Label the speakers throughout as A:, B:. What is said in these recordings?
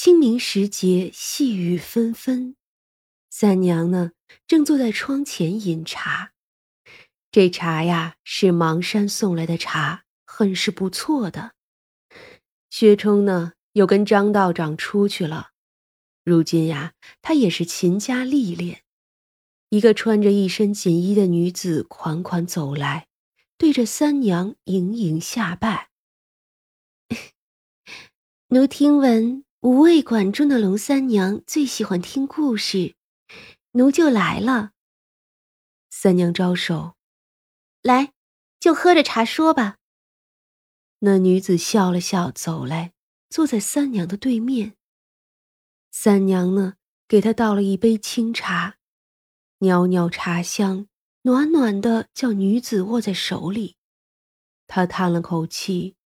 A: 清明时节细雨纷纷，三娘呢正坐在窗前饮茶。这茶呀是邙山送来的茶，很是不错的。薛冲呢又跟张道长出去了，如今呀他也是勤加历练。一个穿着一身锦衣的女子款款走来，对着三娘盈盈下拜。奴听闻无味馆中的龙三娘最喜欢听故事，奴就来了。三娘招手，来，就喝着茶说吧。那女子笑了笑走来，坐在三娘的对面。三娘呢，给她倒了一杯清茶，袅袅茶香，暖暖的叫女子握在手里。她叹了口气，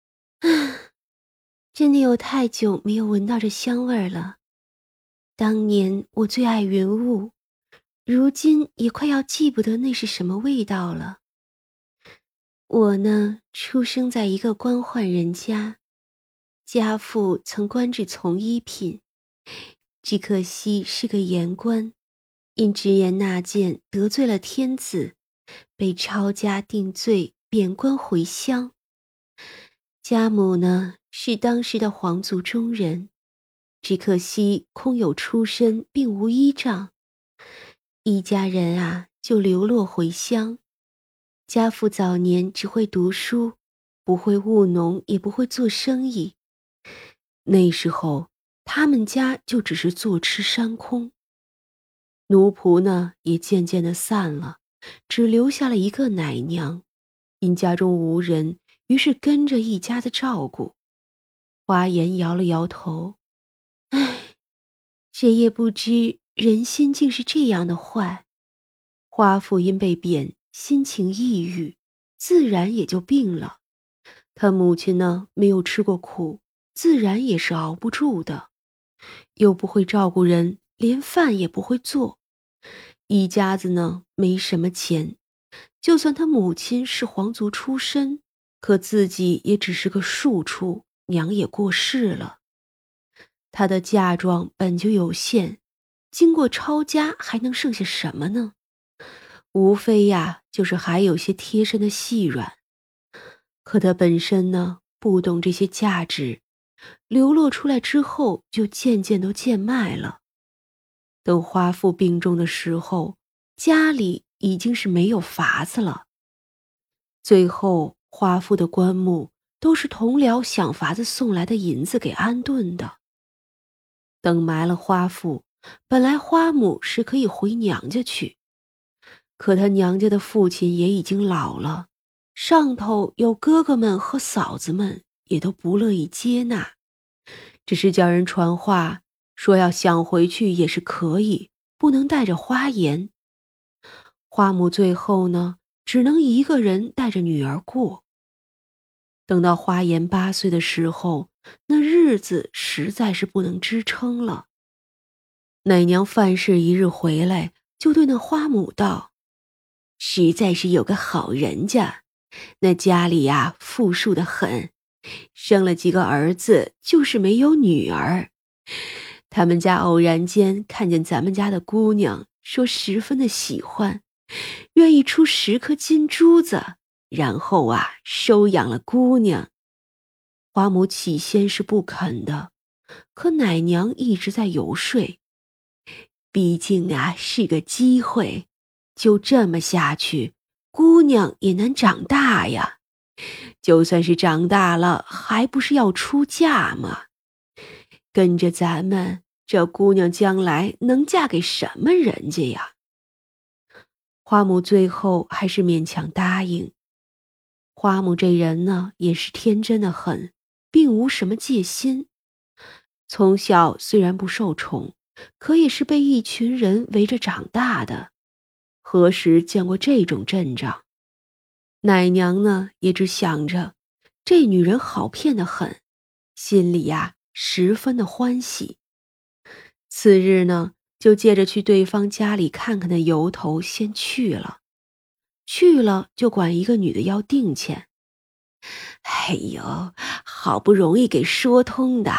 A: 真的有太久没有闻到这香味儿了。当年我最爱云雾，如今也快要记不得那是什么味道了。我呢，出生在一个官宦人家，家父曾官至从一品，只可惜是个言官，因直言纳谏得罪了天子，被抄家定罪，贬官回乡。家母呢，是当时的皇族中人，只可惜空有出身，并无依仗，一家人啊就流落回乡。家父早年只会读书，不会务农，也不会做生意。那时候他们家就只是坐吃山空。奴仆呢也渐渐地散了，只留下了一个奶娘，因家中无人，于是跟着一家的照顾。花颜摇了摇头，唉，谁也不知人心竟是这样的坏。花父因被贬，心情抑郁，自然也就病了。他母亲呢，没有吃过苦，自然也是熬不住的，又不会照顾人，连饭也不会做。一家子呢，没什么钱，就算他母亲是皇族出身，可自己也只是个庶出，娘也过世了。他的嫁妆本就有限，经过抄家还能剩下什么呢？无非呀，就是还有些贴身的细软。可他本身呢，不懂这些价值，流落出来之后，就渐渐都贱卖了。等花父病重的时候，家里已经是没有法子了。最后，花父的棺木都是同僚想法子送来的银子给安顿的。等埋了花父，本来花母是可以回娘家去，可他娘家的父亲也已经老了，上头有哥哥们和嫂子们也都不乐意接纳，只是叫人传话，说要想回去也是可以，不能带着花颜。花母最后呢，只能一个人带着女儿过。等到花颜8岁的时候，那日子实在是不能支撑了。奶娘范氏一日回来，就对那花母道：实在是有个好人家，那家里呀富庶得很，生了几个儿子，就是没有女儿。他们家偶然间看见咱们家的姑娘，说十分的喜欢，愿意出10颗金珠子，然后啊收养了姑娘。花母起先是不肯的，可奶娘一直在游说，毕竟啊是个机会，就这么下去，姑娘也难长大呀。就算是长大了，还不是要出嫁吗？跟着咱们，这姑娘将来能嫁给什么人家呀？花母最后还是勉强答应。花母这人呢，也是天真的很，并无什么戒心。从小虽然不受宠，可也是被一群人围着长大的，何时见过这种阵仗？奶娘呢，也只想着这女人好骗得很，心里呀十分的欢喜。次日呢，就借着去对方家里看看的由头先去了。去了就管一个女的要定钱。哎呦，好不容易给说通的，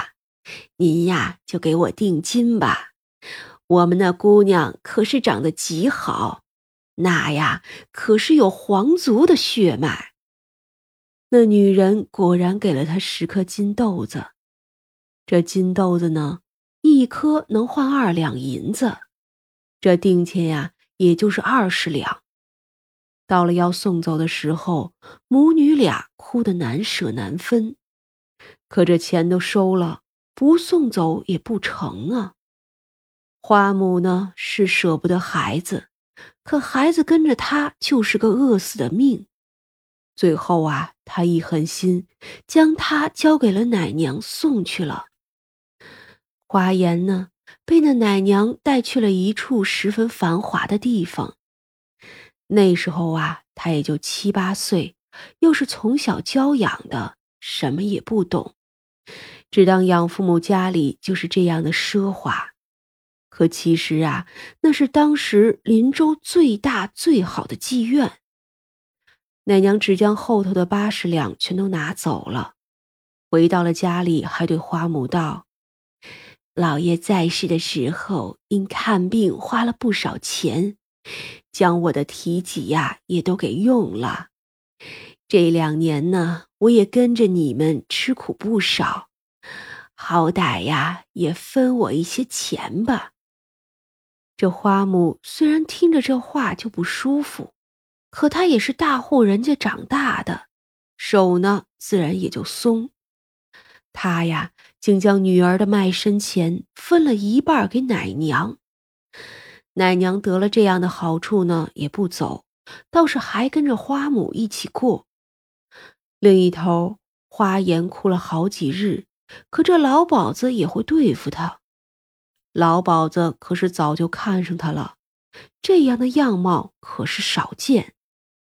A: 您呀就给我定金吧，我们那姑娘可是长得极好，那呀可是有皇族的血脉。那女人果然给了他10颗金豆子，这金豆子呢，一颗能换2两银子，这定钱呀也就是20两。到了要送走的时候，母女俩哭得难舍难分。可这钱都收了，不送走也不成啊。花母呢是舍不得孩子，可孩子跟着他就是个饿死的命。最后啊，他一狠心，将他交给了奶娘送去了。花颜呢，被那奶娘带去了一处十分繁华的地方。那时候啊，他也就7、8岁，又是从小教养的，什么也不懂，只当养父母家里就是这样的奢华。可其实啊，那是当时林州最大最好的妓院。奶娘只将后头的80两全都拿走了，回到了家里，还对花母道：老爷在世的时候，因看病花了不少钱，将我的提己呀也都给用了。这2年呢，我也跟着你们吃苦不少，好歹呀也分我一些钱吧。这花母虽然听着这话就不舒服，可她也是大户人家长大的，手呢自然也就松。她呀竟将女儿的卖身钱分了1半给奶娘。奶娘得了这样的好处呢，也不走，倒是还跟着花母一起过。另一头，花颜哭了好几日，可这老鸨子也会对付他。老鸨子可是早就看上他了，这样的样貌可是少见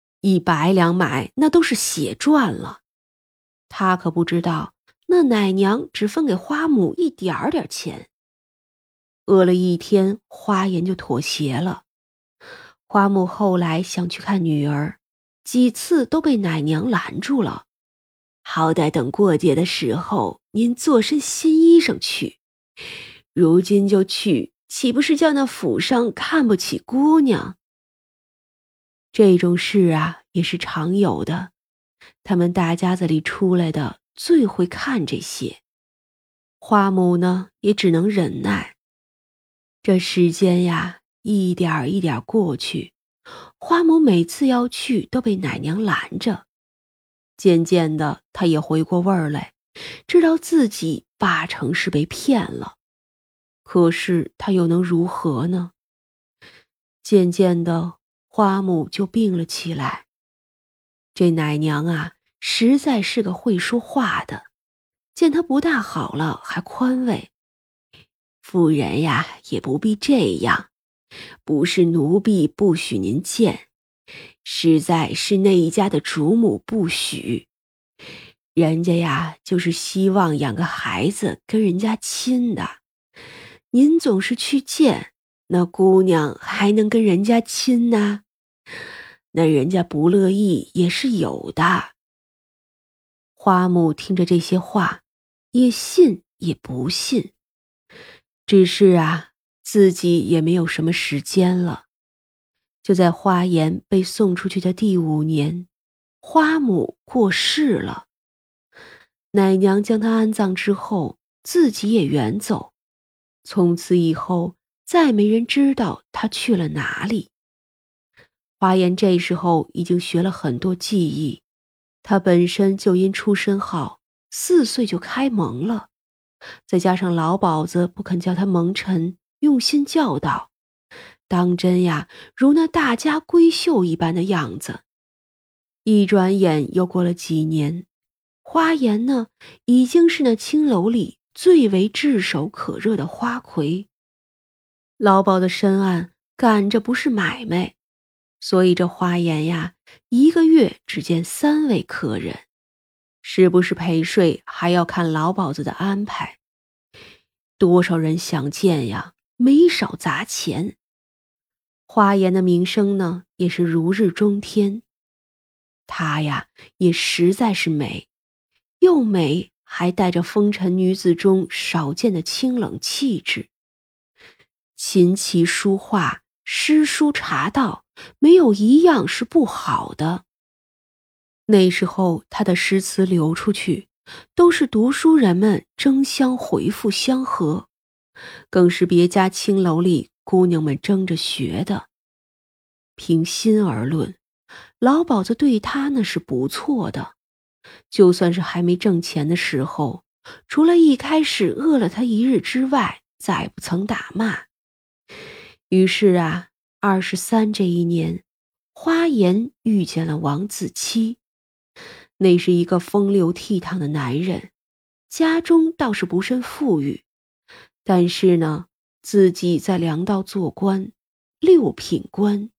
A: ，100两买那都是血赚了。他可不知道，那奶娘只分给花母一点点钱。饿了1天，花颜就妥协了。花母后来想去看女儿，几次都被奶娘拦住了。好歹等过节的时候，您做身新衣裳去。如今就去，岂不是叫那府上看不起姑娘？这种事啊，也是常有的。他们大家子里出来的，最会看这些。花母呢，也只能忍耐。这时间呀，一点一点过去，花母每次要去，都被奶娘拦着。渐渐的，她也回过味儿来，知道自己80%是被骗了。可是她又能如何呢？渐渐的，花母就病了起来。这奶娘啊，实在是个会说话的，见她不大好了，还宽慰：夫人呀，也不必这样，不是奴婢不许您见，实在是那一家的主母不许。人家呀，就是希望养个孩子跟人家亲的。您总是去见，那姑娘还能跟人家亲呢？那人家不乐意也是有的。花母听着这些话，也信也不信。只是啊，自己也没有什么时间了。就在花颜被送出去的第5年，花母过世了。奶娘将她安葬之后，自己也远走。从此以后，再没人知道她去了哪里。花颜这时候已经学了很多技艺，她本身就因出身好，4岁就开蒙了。再加上老鸨子不肯叫他蒙尘，用心教导，当真呀，如那大家闺秀一般的样子。一转眼又过了几年，花颜呢，已经是那青楼里最为炙手可热的花魁。老鸨的深谙赶着不是买卖，所以这花颜呀，1个月只见3位客人，是不是陪睡还要看老鸨子的安排。多少人想见呀，没少砸钱。花颜的名声呢，也是如日中天。她呀，也实在是美，又美还带着风尘女子中少见的清冷气质。琴棋书画、诗书茶道，没有一样是不好的。那时候他的诗词流出去，都是读书人们争相回复相和，更是别家青楼里姑娘们争着学的。凭心而论，老鸨子对他那是不错的，就算是还没挣钱的时候，除了一开始饿了他一日之外，再不曾打骂。于是啊，23这一年，花颜遇见了王子期。那是一个风流倜傥的男人，家中倒是不甚富裕，但是呢，自己在粮道做官，6品官，